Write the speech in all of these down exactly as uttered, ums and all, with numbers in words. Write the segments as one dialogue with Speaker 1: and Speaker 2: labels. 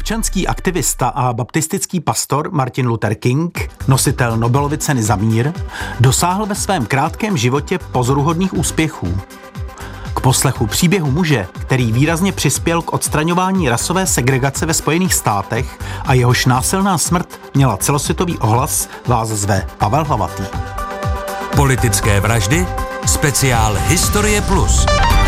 Speaker 1: Občanský aktivista a baptistický pastor Martin Luther King, nositel Nobelovy ceny za mír, dosáhl ve svém krátkém životě pozoruhodných úspěchů. K poslechu příběhu muže, který výrazně přispěl k odstraňování rasové segregace ve Spojených státech a jehož násilná smrt měla celosvětový ohlas, vás zve Pavel Hlavatý.
Speaker 2: Politické vraždy, speciál Historie plus.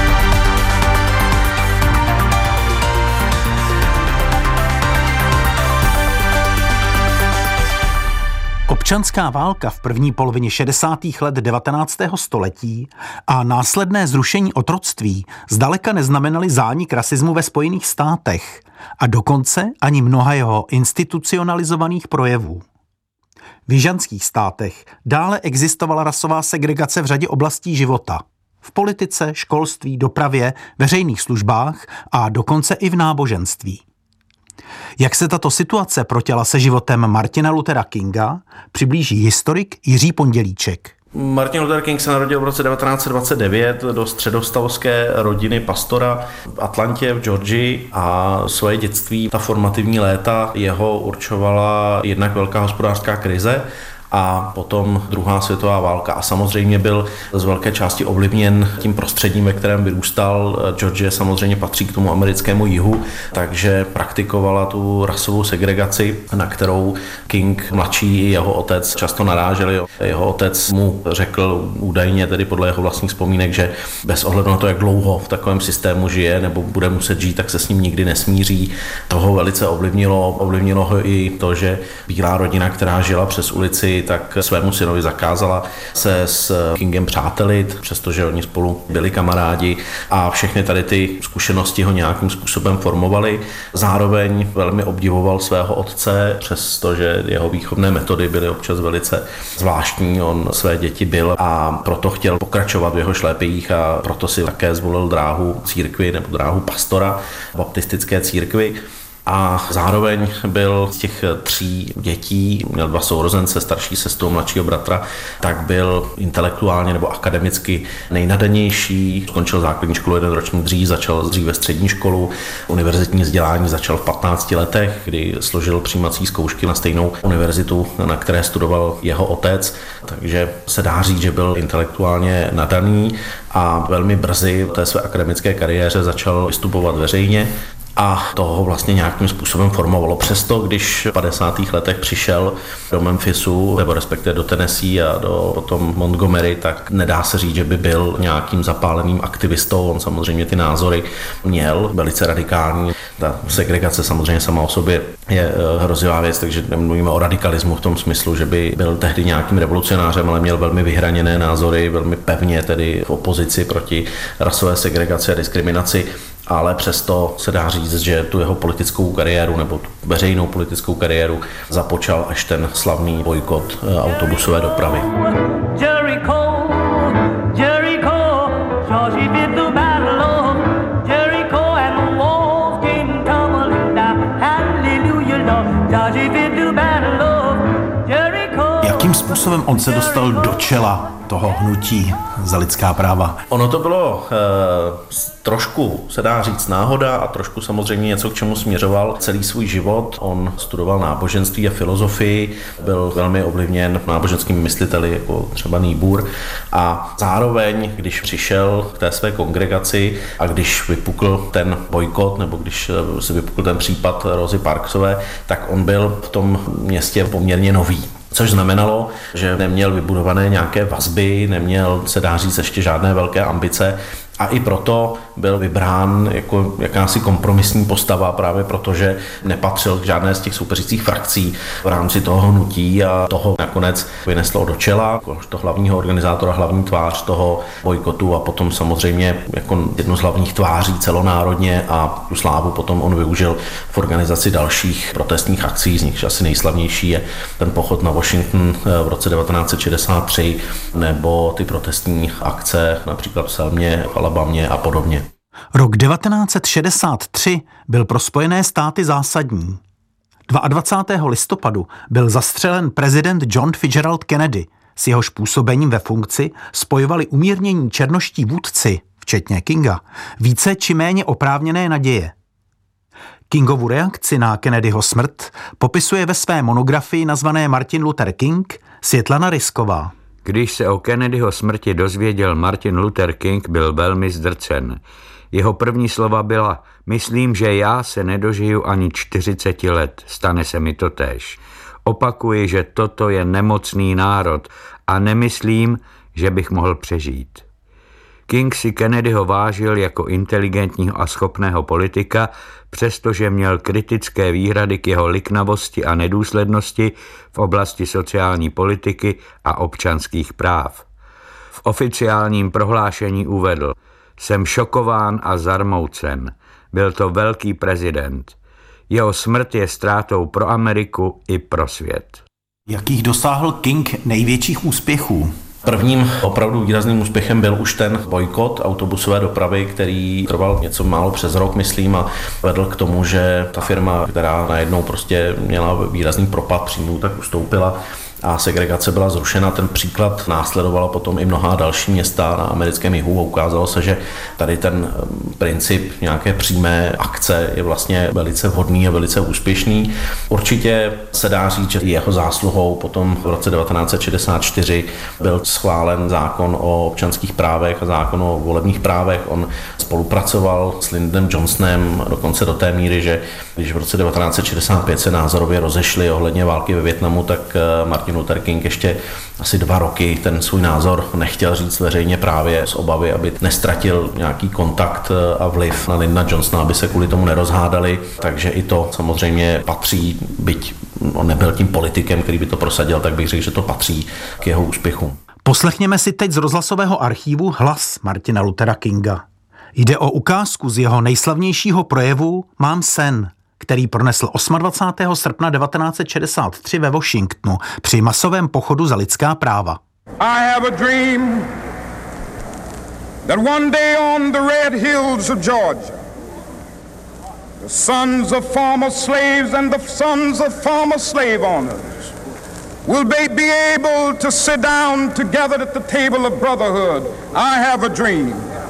Speaker 1: Občanská válka v první polovině šedesátých let devatenáctého století a následné zrušení otroctví zdaleka neznamenaly zánik rasismu ve Spojených státech a dokonce ani mnoha jeho institucionalizovaných projevů. V jižanských státech dále existovala rasová segregace v řadě oblastí života. V politice, školství, dopravě, veřejných službách a dokonce i v náboženství. Jak se tato situace protěla se životem Martina Luthera Kinga, přiblíží historik Jiří Pondělíček.
Speaker 3: Martin Luther King se narodil v roce devatenáct set dvacet devět do středostavské rodiny pastora v Atlantě v Georgii a svoje dětství, ta formativní léta jeho určovala jednak velká hospodářská krize a potom druhá světová válka. A samozřejmě byl z velké části ovlivněn tím prostředím, ve kterém vyrůstal. Georgie samozřejmě patří k tomu americkému jihu, takže praktikovala tu rasovou segregaci, na kterou King mladší i jeho otec často naráželi. Jeho otec mu řekl údajně, tedy podle jeho vlastních vzpomínek, že bez ohledu na to, jak dlouho v takovém systému žije nebo bude muset žít, tak se s ním nikdy nesmíří. Toho velice ovlivnilo, ovlivnilo ho i to, že bílá rodina, která žila přes ulici, tak svému synovi zakázala se s Kingem přátelit, přestože oni spolu byli kamarádi a všechny tady ty zkušenosti ho nějakým způsobem formovaly. Zároveň velmi obdivoval svého otce, přestože jeho výchovné metody byly občas velice zvláštní. On své děti byl a proto chtěl pokračovat v jeho šlépějích a proto si také zvolil dráhu církvi nebo dráhu pastora baptistické církvi. A zároveň byl z těch tří dětí, měl dva sourozence, starší sestru, mladšího bratra, tak byl intelektuálně nebo akademicky nejnadanější. Skončil základní školu jeden ročník dřív, začal dříve střední školu, univerzitní vzdělání začal v patnácti letech, kdy složil přijímací zkoušky na stejnou univerzitu, na které studoval jeho otec, takže se dá říct, že byl intelektuálně nadaný a velmi brzy v té své akademické kariéře začal vystupovat veřejně. A toho vlastně nějakým způsobem formovalo. Přesto, když v padesátých letech přišel do Memphisu, nebo respektive do Tennessee a do potom Montgomery, tak nedá se říct, že by byl nějakým zapáleným aktivistou. On samozřejmě ty názory měl, velice radikální. Ta segregace samozřejmě sama o sobě je hrozivá věc, takže nemluvíme o radikalismu v tom smyslu, že by byl tehdy nějakým revolucionářem, ale měl velmi vyhraněné názory, velmi pevně tedy v opozici proti rasové segregaci a diskriminaci. Ale přesto se dá říct, že tu jeho politickou kariéru nebo tu veřejnou politickou kariéru započal až ten slavný bojkot autobusové dopravy. Jericho, Jericho, Jericho and the walls came tumbling down. Hallelujah, Jericho. Jakým způsobem on se dostal do čela toho hnutí za lidská práva? Ono to bylo eh, trošku, se dá říct, náhoda a trošku samozřejmě něco, k čemu směřoval celý svůj život. On studoval náboženství a filozofii, byl velmi ovlivněn náboženskými mysliteli, jako třeba Niebuhr, a zároveň, když přišel k té své kongregaci a když vypukl ten bojkot, nebo když se vypukl ten případ Rozy Parksové, tak on byl v tom městě poměrně nový. Což znamenalo, že neměl vybudované nějaké vazby, neměl, se dá říct, ještě žádné velké ambice a i proto byl vybrán jako jakási kompromisní postava, právě protože nepatřil k žádné z těch soupeřících frakcí v rámci toho hnutí a toho nakonec vyneslo do čela, to hlavního organizátora, hlavní tvář toho bojkotu a potom samozřejmě jako jednu z hlavních tváří celonárodně a tu slávu potom on využil v organizaci dalších protestních akcí, z nich asi nejslavnější je ten pochod na Washington v roce devatenáct set šedesát tři nebo ty protestní akce například v Selmě, v Alabamě a podobně.
Speaker 1: Rok devatenáct set šedesát tři byl pro Spojené státy zásadní. dvacátého druhého listopadu byl zastřelen prezident John Fitzgerald Kennedy. S jehož působením ve funkci spojovali umírnění černoští vůdci, včetně Kinga, více či méně oprávněné naděje. Kingovu reakci na Kennedyho smrt popisuje ve své monografii nazvané Martin Luther King Světlana Rysková.
Speaker 4: Když se o Kennedyho smrti dozvěděl Martin Luther King, byl velmi zdrcen. Jeho první slova byla: myslím, že já se nedožiju ani čtyřiceti let, stane se mi to též. Opakuji, že toto je nemocný národ a nemyslím, že bych mohl přežít. King si Kennedyho vážil jako inteligentního a schopného politika, přestože měl kritické výhrady k jeho liknavosti a nedůslednosti v oblasti sociální politiky a občanských práv. V oficiálním prohlášení uvedl: jsem šokován a zarmoucen. Byl to velký prezident. Jeho smrt je ztrátou pro Ameriku i pro svět.
Speaker 1: Jakých dosáhl King největších úspěchů?
Speaker 3: Prvním opravdu výrazným úspěchem byl už ten bojkot autobusové dopravy, který trval něco málo přes rok, myslím, a vedl k tomu, že ta firma, která najednou prostě měla výrazný propad příjmů, tak ustoupila a segregace byla zrušena. Ten příklad následovala potom i mnohá další města na americkém jihu a ukázalo se, že tady ten princip nějaké přímé akce je vlastně velice vhodný a velice úspěšný. Určitě se dá říct, že jeho zásluhou potom v roce devatenáct set šedesát čtyři byl schválen zákon o občanských právech a zákon o volebních právech. On spolupracoval s Lyndon Johnsonem dokonce do té míry, že když v roce devatenáct set šedesát pět se názorově rozešli ohledně války ve Vietnamu, tak Martin Luther King ještě asi dva roky ten svůj názor nechtěl říct veřejně právě z obavy, aby nestratil nějaký kontakt a vliv na Lyndona Johnsona, aby se kvůli tomu nerozhádali. Takže i to samozřejmě patří, byť on nebyl tím politikem, který by to prosadil, tak bych řekl, že to patří k jeho úspěchu.
Speaker 1: Poslechněme si teď z rozhlasového archívu hlas Martina Luthera Kinga. Jde o ukázku z jeho nejslavnějšího projevu Mám sen, který pronesl dvacátého osmého srpna devatenáct set šedesát tři ve Washingtonu při masovém pochodu za lidská práva.
Speaker 5: I have a dream that one day on the red hills of Georgia, the sons of former slaves and the sons of former slave owners will be, be able to sit down together at the table of brotherhood. I have a dream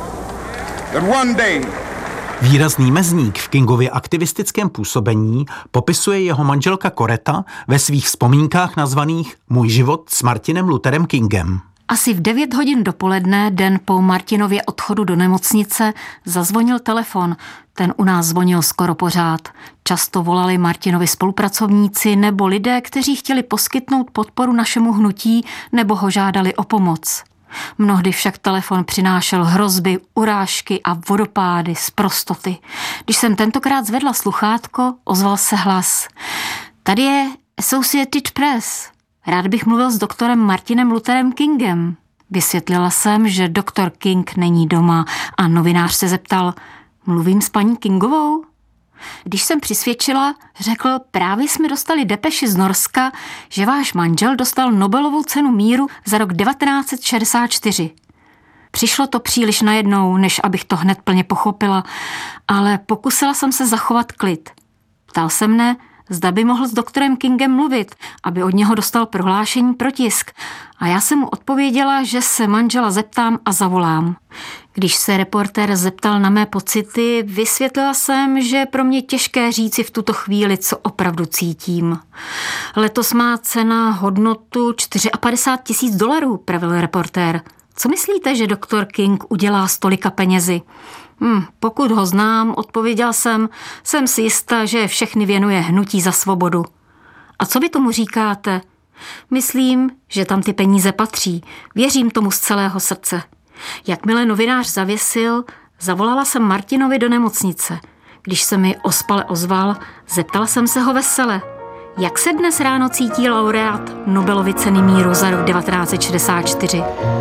Speaker 5: that one day.
Speaker 1: Výrazný mezník v Kingově aktivistickém působení popisuje jeho manželka Coretta ve svých vzpomínkách nazvaných Můj život s Martinem Lutherem Kingem.
Speaker 6: Asi v devět hodin dopoledne, den po Martinově odchodu do nemocnice, zazvonil telefon. Ten u nás zvonil skoro pořád. Často volali Martinovi spolupracovníci nebo lidé, kteří chtěli poskytnout podporu našemu hnutí nebo ho žádali o pomoc. Mnohdy však telefon přinášel hrozby, urážky a vodopády z prostoty. Když jsem tentokrát zvedla sluchátko, ozval se hlas. Tady je Associated Press. Rád bych mluvil s doktorem Martinem Lutherem Kingem. Vysvětlila jsem, že doktor King není doma a novinář se zeptal, mluvím s paní Kingovou? Když jsem přisvědčila, řekl, právě jsme dostali depeši z Norska, že váš manžel dostal Nobelovu cenu míru za rok devatenáct set šedesát čtyři. Přišlo to příliš najednou, než abych to hned plně pochopila, ale pokusila jsem se zachovat klid. Ptal se mne, zda by mohl s doktorem Kingem mluvit, aby od něho dostal prohlášení pro tisk. A já jsem mu odpověděla, že se manžela zeptám a zavolám. Když se reportér zeptal na mé pocity, vysvětlila jsem, že je pro mě těžké říci v tuto chvíli, co opravdu cítím. Letos má cena hodnotu padesát čtyři tisíc dolarů, pravil reportér. Co myslíte, že doktor King udělá s tolika penězi? Hm, pokud ho znám, odpověděl jsem, jsem si jistá, že všechny věnuje hnutí za svobodu. A co vy tomu říkáte? Myslím, že tam ty peníze patří. Věřím tomu z celého srdce. Jakmile novinář zavěsil, zavolala jsem Martinovi do nemocnice. Když se mi ospale ozval, zeptala jsem se ho vesele. Jak se dnes ráno cítí laureát Nobelovy ceny míru za rok devatenáct set šedesát čtyři?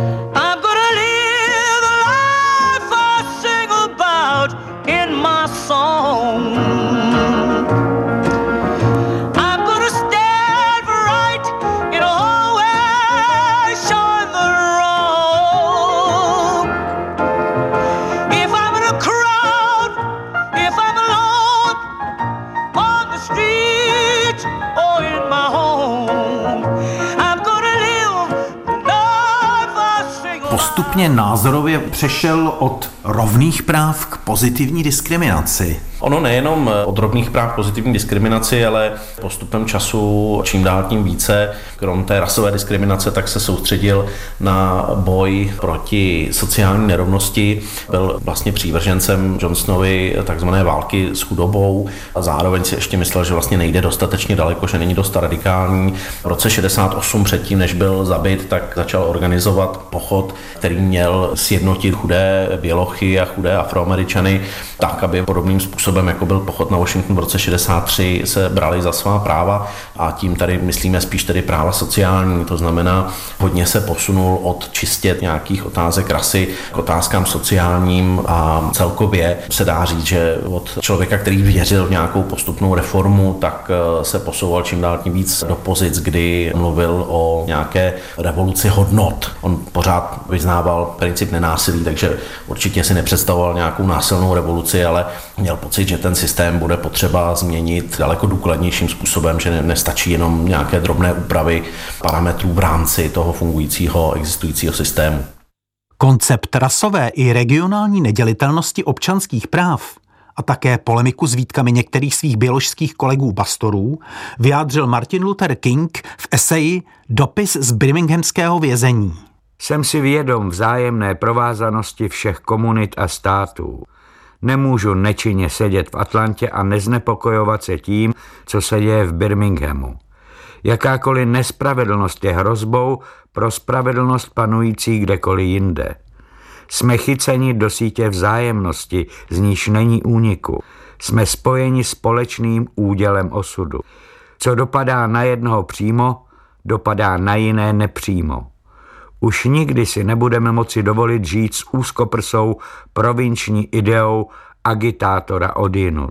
Speaker 7: In my song, I'm gonna stand right in all ways, showing the wrong. If I'm in a crowd, if I'm alone on the street or in my home, I'm gonna live life I sing.
Speaker 1: Postupně názorově přešel od rovných práv k pozitivní diskriminaci.
Speaker 3: Ono nejenom o drobných práv pozitivní diskriminaci, ale postupem času čím dál tím více, krom té rasové diskriminace, tak se soustředil na boj proti sociální nerovnosti. Byl vlastně přívržencem Johnsonovy takzvané války s chudobou a zároveň si ještě myslel, že vlastně nejde dostatečně daleko, že není dost radikální. V roce šedesát osm předtím, než byl zabit, tak začal organizovat pochod, který měl sjednotit chudé bělochy a chudé Afroameričany tak, aby podobným způsobem, jako byl pochod na Washington v roce šedesát tři, se brali za svá práva a tím tady myslíme spíš tedy práva sociální, to znamená hodně se posunul od čistě nějakých otázek rasy k otázkám sociálním a celkově se dá říct, že od člověka, který věřil v nějakou postupnou reformu, tak se posouval čím dál tím víc do pozic, kdy mluvil o nějaké revoluci hodnot. On pořád vyznával princip nenásilí, takže určitě si nepředstavoval nějakou násilnou revoluci, ale měl pocit, že ten systém bude potřeba změnit daleko důkladnějším způsobem, že nestačí jenom nějaké drobné úpravy parametrů v rámci toho fungujícího, existujícího systému.
Speaker 1: Koncept rasové i regionální nedělitelnosti občanských práv a také polemiku s výtkami některých svých bioložských kolegů pastorů vyjádřil Martin Luther King v eseji Dopis z birminghamského vězení.
Speaker 4: Jsem si vědom vzájemné provázanosti všech komunit a států. Nemůžu nečinně sedět v Atlantě a neznepokojovat se tím, co se děje v Birminghamu. Jakákoliv nespravedlnost je hrozbou pro spravedlnost panující kdekoliv jinde. Jsme chyceni do sítě vzájemnosti, z níž není úniku. Jsme spojeni společným údělem osudu. Co dopadá na jednoho přímo, dopadá na jiné nepřímo. Už nikdy si nebudeme moci dovolit žít s úzkoprsou provinční ideou agitátora odjinud.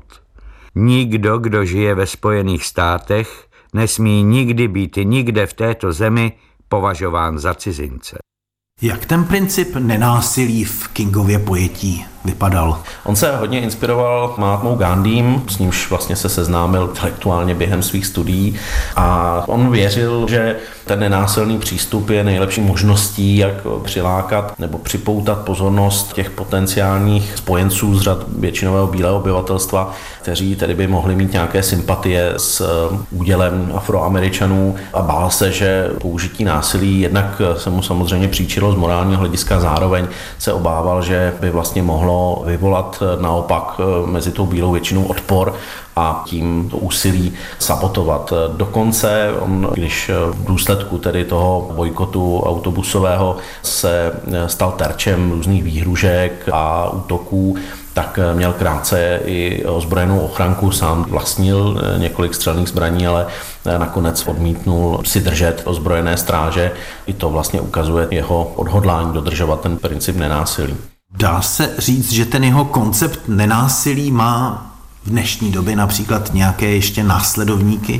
Speaker 4: Nikdo, kdo žije ve Spojených státech, nesmí nikdy být nikde v této zemi považován za cizince.
Speaker 1: Jak ten princip nenásilí v Kingově pojetí vypadal?
Speaker 3: On se hodně inspiroval Mahatmou Gandhím, s nímž vlastně se seznámil intelektuálně během svých studií a on věřil, že ten nenásilný přístup je nejlepší možností, jak přilákat nebo připoutat pozornost těch potenciálních spojenců z řad většinového bílého obyvatelstva, kteří tedy by mohli mít nějaké sympatie s údělem Afroameričanů a bál se, že použití násilí jednak se mu samozřejmě příčilo z morálního hlediska, zároveň se obával, že by vlastně mohlo vyvolat naopak mezi tou bílou většinou odpor a tím to úsilí sabotovat. Dokonce on, když v důsledku tedy toho bojkotu autobusového se stal terčem různých výhružek a útoků, tak měl krátce i ozbrojenou ochranku, sám vlastnil několik střelných zbraní, ale nakonec odmítnul si držet ozbrojené stráže. I to vlastně ukazuje jeho odhodlání dodržovat ten princip nenásilí.
Speaker 1: Dá se říct, že ten jeho koncept nenásilí má v dnešní době například nějaké ještě následovníky?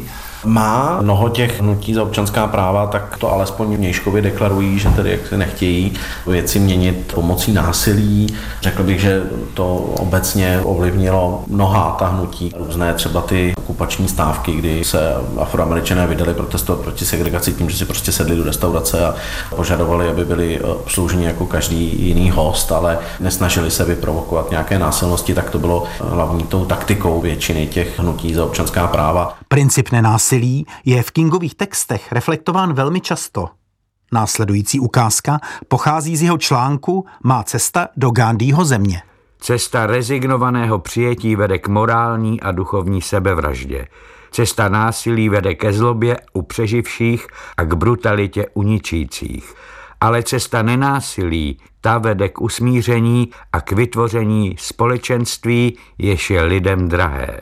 Speaker 3: Má mnoho těch hnutí za občanská práva, tak to alespoň vnějškově deklarují, že tedy jak se nechtějí věci měnit pomocí násilí. Řekl bych, že to obecně ovlivnilo mnohá ta hnutí, různé třeba ty okupační stávky, kdy se Afroameričané vydali protestovat proti segregaci tím, že si prostě sedli do restaurace a požadovali, aby byli obslouženi jako každý jiný host, ale nesnažili se vyprovokovat nějaké násilnosti, tak to bylo hlavní tou taktikou většiny těch hnutí za občanská práva.
Speaker 1: Princip nenásilí je v Kingových textech reflektován velmi často. Následující ukázka pochází z jeho článku Má cesta do Gandhiho země.
Speaker 4: Cesta rezignovaného přijetí vede k morální a duchovní sebevraždě. Cesta násilí vede ke zlobě u přeživších a k brutalitě u ničících. Ale cesta nenásilí, ta vede k usmíření a k vytvoření společenství, jež je lidem drahé.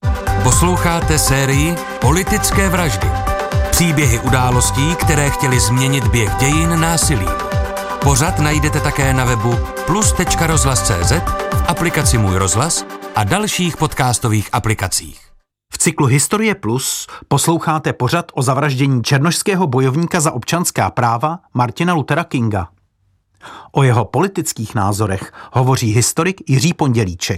Speaker 2: Posloucháte sérii Politické vraždy. Příběhy událostí, které chtěly změnit běh dějin násilím. Pořad najdete také na webu plus tečka rozhlas tečka cé zet, v aplikaci Můj rozhlas a dalších podcastových aplikacích.
Speaker 1: V cyklu Historie Plus posloucháte pořad o zavraždění černošského bojovníka za občanská práva Martina Luthera Kinga. O jeho politických názorech hovoří historik Jiří Pondělíček.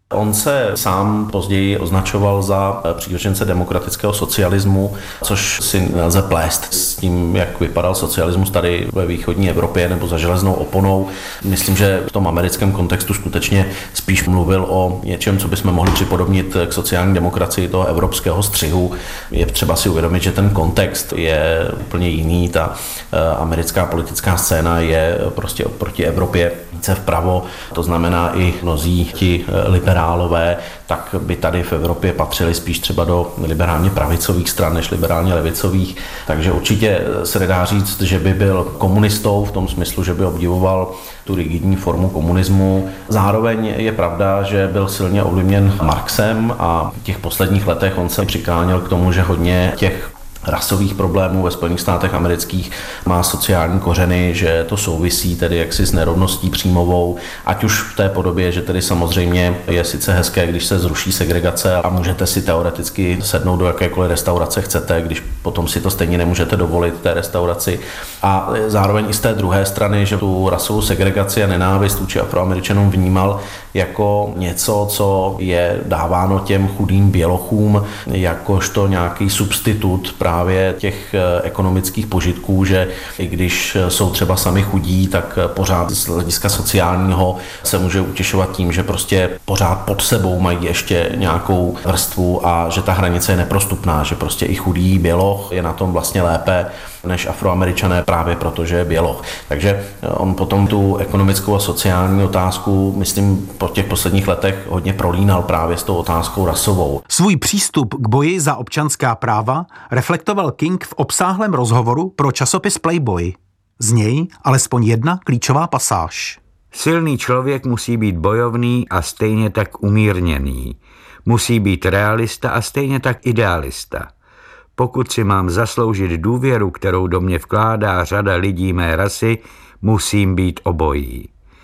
Speaker 3: On se sám později označoval za přívržence demokratického socialismu, což si nelze plést s tím, jak vypadal socialismus tady ve východní Evropě nebo za železnou oponou. Myslím, že v tom americkém kontextu skutečně spíš mluvil o něčem, co bychom mohli připodobnit k sociální demokracii toho evropského střihu. Je třeba si uvědomit, že ten kontext je úplně jiný. Ta americká politická scéna je prostě oproti Evropě více vpravo, to znamená i mnozí ti liberálové, tak by tady v Evropě patřili spíš třeba do liberálně pravicových stran než liberálně levicových. Takže určitě se nedá říct, že by byl komunistou v tom smyslu, že by obdivoval tu rigidní formu komunismu. Zároveň je pravda, že byl silně ovlivněn Marxem a v těch posledních letech on se přikláněl k tomu, že hodně těch rasových problémů ve Spojených státech amerických má sociální kořeny, že to souvisí tedy jaksi s nerovností příjmovou, ať už v té podobě, že tedy samozřejmě je sice hezké, když se zruší segregace a můžete si teoreticky sednout do jakékoliv restaurace chcete, když potom si to stejně nemůžete dovolit té restauraci. A zároveň i z té druhé strany, že tu rasovou segregaci a nenávist vůči Afroameričanům vnímal jako něco, co je dáváno těm chudým bělochům, jakožto nějaký substitut právě těch ekonomických požitků, že i když jsou třeba sami chudí, tak pořád z hlediska sociálního se může utěšovat tím, že prostě pořád pod sebou mají ještě nějakou vrstvu a že ta hranice je neprostupná, že prostě i chudý běloch je na tom vlastně lépe než Afroameričané právě protože je běloch. Takže on potom tu ekonomickou a sociální otázku, myslím, po těch posledních letech hodně prolínal právě s tou otázkou rasovou.
Speaker 1: Svůj přístup k boji za občanská práva reflektoval King v obsáhlém rozhovoru pro časopis Playboy. Z něj alespoň jedna klíčová pasáž.
Speaker 4: Silný člověk musí být bojovný a stejně tak umírněný. Musí být realista a stejně tak idealista. Pokud si mám zasloužit důvěru, kterou do mě vkládá řada lidí mé rasy, musím být obojí.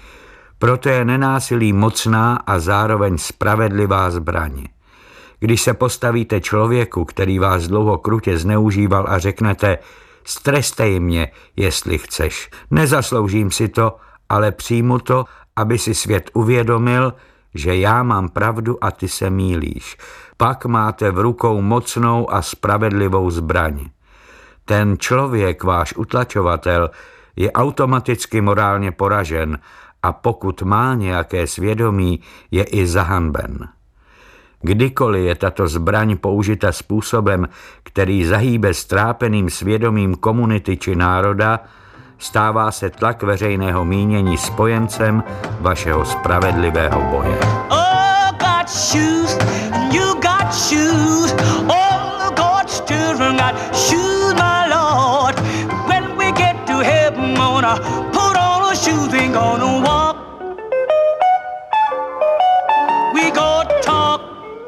Speaker 4: Proto je nenásilí mocná a zároveň spravedlivá zbraň. Když se postavíte člověku, který vás dlouho krutě zneužíval a řeknete, strestej mě, jestli chceš. Nezasloužím si to, ale přijmu to, aby si svět uvědomil, že já mám pravdu a ty se mýlíš. Pak máte v rukou mocnou a spravedlivou zbraň. Ten člověk, váš utlačovatel, je automaticky morálně poražen a pokud má nějaké svědomí, je i zahanben. Kdykoliv je tato zbraň použita způsobem, který zahýbe strápeným svědomím komunity či národa, stává se tlak veřejného mínění spojencem vašeho spravedlivého boje.
Speaker 7: Oh, got shoes, you got shoes, all God's children got shoes, my Lord. When we get to heaven, gonna put on our shoes, ain't gonna walk. We gonna talk.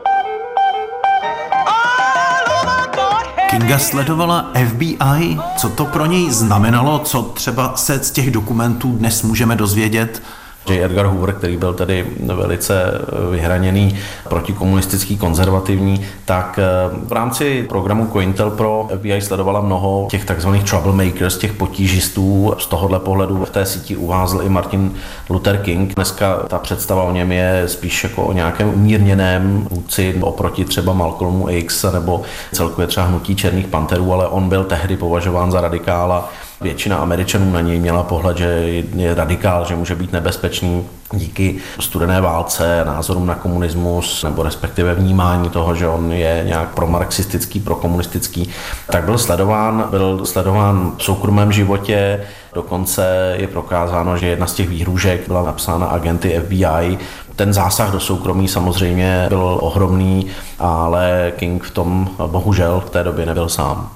Speaker 1: Kinga sledovala F B I, co to pro něj znamenalo, co třeba se z těch dokumentů dnes můžeme dozvědět.
Speaker 3: J. Edgar Hoover, který byl tedy velice vyhraněný protikomunistický, konzervativní, tak v rámci programu COINTELPRO F B I sledovala mnoho těch takzvaných troublemakers, těch potížistů. Z tohohle pohledu v té síti uvázl i Martin Luther King. Dneska ta představa o něm je spíš jako o nějakém umírněném vůdci oproti třeba Malcolmu X nebo celkově třeba hnutí Černých panterů, ale on byl tehdy považován za radikála. Většina Američanů na něj měla pohled, že je radikál, že může být nebezpečný díky studené válce, názorům na komunismus nebo respektive vnímání toho, že on je nějak promarxistický, prokomunistický. Tak byl sledován, byl sledován v soukromém životě, dokonce je prokázáno, že jedna z těch výhrůžek byla napsána agenty F B I. Ten zásah do soukromí samozřejmě byl ohromný, ale King v tom bohužel v té době nebyl sám.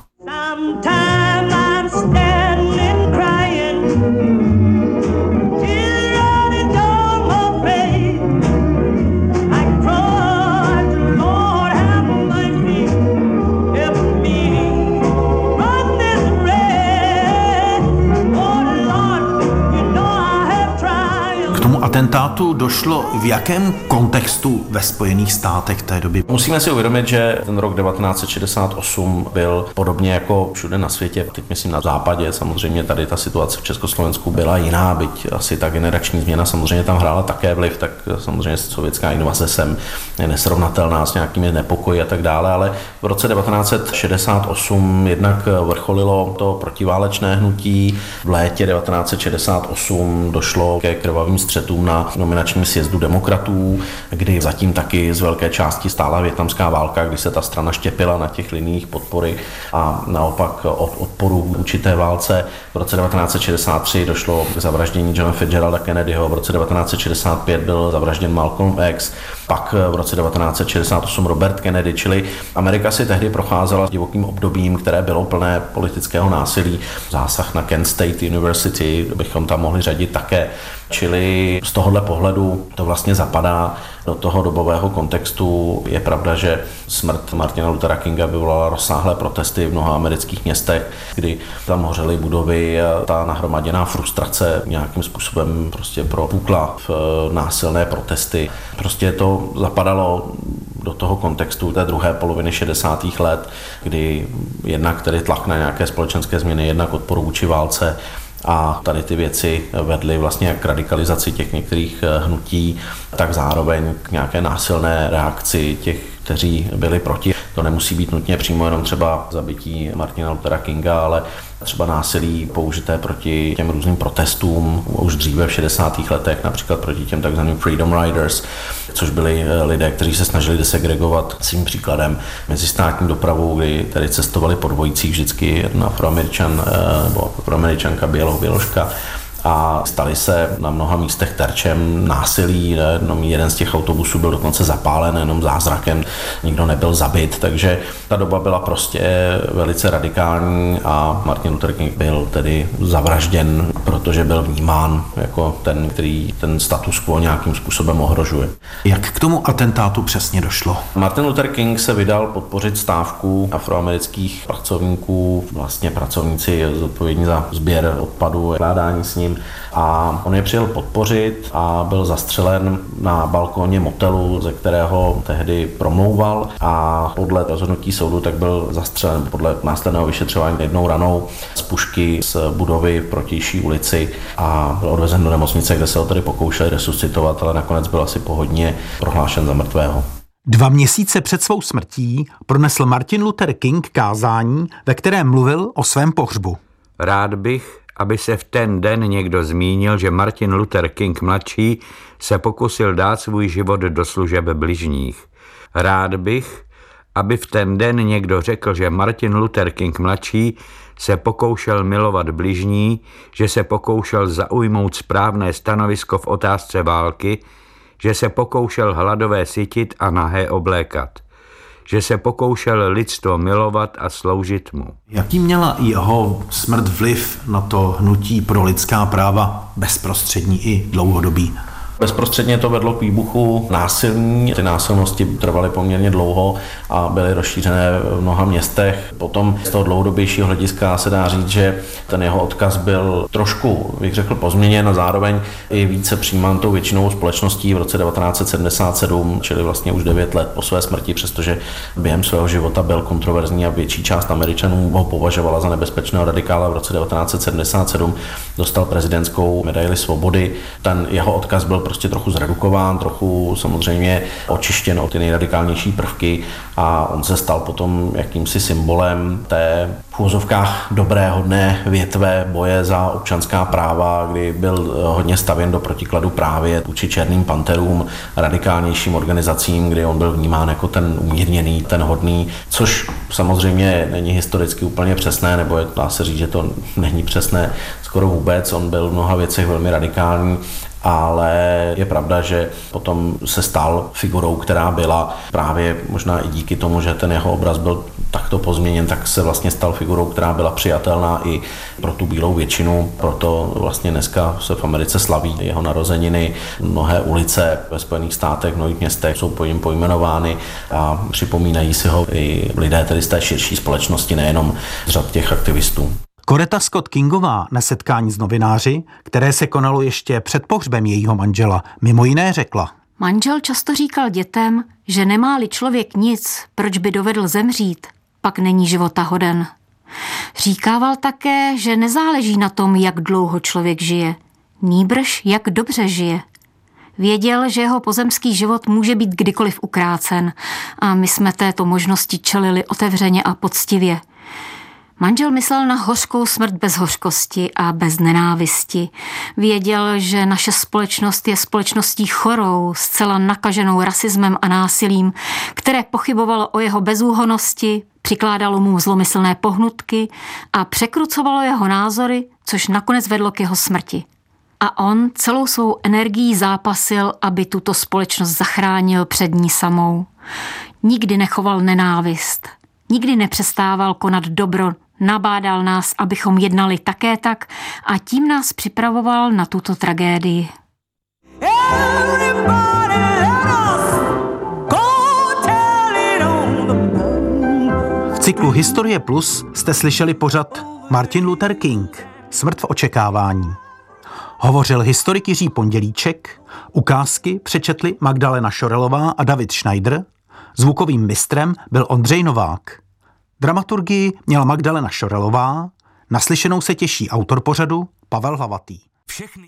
Speaker 1: atentátu došlo v jakém kontextu ve Spojených státech té doby?
Speaker 3: Musíme si uvědomit, že ten rok devatenáct set šedesát osm byl podobně jako všude na světě, teď myslím na západě, samozřejmě tady ta situace v Československu byla jiná, byť asi ta generační změna samozřejmě tam hrála také vliv, tak samozřejmě sovětská invaze sem je nesrovnatelná s nějakými nepokoji a tak dále, ale v roce devatenáct set šedesát osm jednak vrcholilo to protiválečné hnutí, v létě devatenáct set šedesát osm došlo ke krvavým střetům na nominačním sjezdu demokratů, kdy zatím taky z velké části stála vietnamská válka, kdy se ta strana štěpila na těch liniích podpory a naopak od odporu v určité válce. V roce devatenáct set šedesát tři došlo k zavraždění Johna Fitzgeralda Kennedyho, v roce devatenáct set šedesát pět byl zavražděn Malcolm X, pak v roce devatenáct set šedesát osm Robert Kennedy, čili Amerika si tehdy procházela divokým obdobím, které bylo plné politického násilí. Zásah na Kent State University bychom tam mohli řadit také. Čili z tohohle pohledu to vlastně zapadá do toho dobového kontextu. Je pravda, že smrt Martina Luthera Kinga vyvolala rozsáhlé protesty v mnoha amerických městech, kdy tam hořely budovy a ta nahromaděná frustrace nějakým způsobem prostě propukla v násilné protesty. Prostě to zapadalo do toho kontextu té druhé poloviny šedesátých let, kdy jednak tedy tlak na nějaké společenské změny, jednak odporu vůči válce, a tady ty věci vedly vlastně jak k radikalizaci těch některých hnutí, tak zároveň k nějaké násilné reakci těch, kteří byli proti. To nemusí být nutně přímo jenom třeba zabití Martina Luthera Kinga, ale třeba násilí použité proti těm různým protestům už dříve v šedesátých letech, například proti těm takzvaným Freedom Riders, což byli lidé, kteří se snažili desegregovat svým příkladem mezistátní dopravu, kdy tedy cestovali po dvojicích vždycky jeden Afroameričan nebo Afroameričanka, běložka, a stali se na mnoha místech terčem násilí. No, jeden z těch autobusů byl dokonce zapálen jenom zázrakem, nikdo nebyl zabit, takže ta doba byla prostě velice radikální a Martin Luther King byl tedy zavražděn, protože byl vnímán jako ten, který ten status quo nějakým způsobem ohrožuje.
Speaker 1: Jak k tomu atentátu přesně došlo?
Speaker 3: Martin Luther King se vydal podpořit stávku afroamerických pracovníků, vlastně pracovníci zodpovědní za sběr odpadu, kládání s ním, a on je přijel podpořit a byl zastřelen na balkóně motelu, ze kterého tehdy promlouval, a podle rozhodnutí soudu tak byl zastřelen podle následného vyšetřování jednou ranou z pušky z budovy v protější ulici a byl odvezen do nemocnice, kde se ho tedy pokoušeli resuscitovat, ale nakonec byl asi po hodině prohlášen za mrtvého.
Speaker 1: Dva měsíce před svou smrtí pronesl Martin Luther King kázání, ve kterém mluvil o svém pohřbu.
Speaker 4: Rád bych, aby se v ten den někdo zmínil, že Martin Luther King mladší se pokusil dát svůj život do služeb bližních. Rád bych, aby v ten den někdo řekl, že Martin Luther King mladší se pokoušel milovat bližní, že se pokoušel zaujmout správné stanovisko v otázce války, že se pokoušel hladové sytit a nahé oblékat, že se pokoušel lidstvo milovat a sloužit mu.
Speaker 1: Jaký měla jeho smrt vliv na to hnutí pro lidská práva, bezprostřední i dlouhodobý?
Speaker 3: Bezprostředně to vedlo k výbuchu násilní. Ty násilnosti trvaly poměrně dlouho a byly rozšířené v mnoha městech. Potom z toho dlouhodobějšího hlediska se dá říct, že ten jeho odkaz byl trošku, bych řekl, pozměněn a zároveň i více přijímán tou většinou společností v roce devatenáct set sedmdesát sedm, čili vlastně už devět let po své smrti, přestože během svého života byl kontroverzní a větší část Američanů ho považovala za nebezpečného radikála. V roce devatenáct set sedmdesát sedm dostal prezidentskou medaili svobody. Ten jeho odkaz byl prostě trochu zredukován, trochu samozřejmě očištěn o ty nejradikálnější prvky a on se stal potom jakýmsi symbolem té v úvozovkách dobré, hodné větve boje za občanská práva, kdy byl hodně stavěn do protikladu právě vůči černým panterům, radikálnějším organizacím, kdy on byl vnímán jako ten umírněný, ten hodný, což samozřejmě není historicky úplně přesné, nebo je, dá se říct, že to není přesné skoro vůbec. On byl v mnoha věcech velmi radikální, ale je pravda, že potom se stal figurou, která byla právě možná i díky tomu, že ten jeho obraz byl takto pozměněn, tak se vlastně stal figurou, která byla přijatelná i pro tu bílou většinu. Proto vlastně dneska se v Americe slaví jeho narozeniny. Mnohé ulice ve Spojených státech, v mnohých městech jsou po něm pojmenovány a připomínají si ho i lidé tedy z té širší společnosti, nejenom z řad těch aktivistů.
Speaker 1: Coretta Scott Kingová na setkání s novináři, které se konalo ještě před pohřbem jejího manžela, mimo jiné řekla:
Speaker 6: Manžel často říkal dětem, že nemá-li člověk nic, proč by dovedl zemřít, pak není života hoden. Říkával také, že nezáleží na tom, jak dlouho člověk žije, nýbrž jak dobře žije. Věděl, že jeho pozemský život může být kdykoliv ukrácen a my jsme této možnosti čelili otevřeně a poctivě. Manžel myslel na hořkou smrt bez hořkosti a bez nenávisti. Věděl, že naše společnost je společností chorou, zcela nakaženou rasismem a násilím, které pochybovalo o jeho bezúhonnosti, přikládalo mu zlomyslné pohnutky a překrucovalo jeho názory, což nakonec vedlo k jeho smrti. A on celou svou energií zápasil, aby tuto společnost zachránil před ní samou. Nikdy nechoval nenávist, nikdy nepřestával konat dobro, nabádal nás, abychom jednali také tak a tím nás připravoval na tuto tragédii.
Speaker 1: V cyklu Historie Plus jste slyšeli pořad Martin Luther King. Smrt v očekávání. Hovořil historik Jiří Pondělíček, ukázky přečetli Magdalena Šorelová a David Schneider, zvukovým mistrem byl Ondřej Novák. Dramaturgii měla Magdalena Šorelová, naslyšenou se těší autor pořadu Pavel Hlavatý.
Speaker 2: Všechny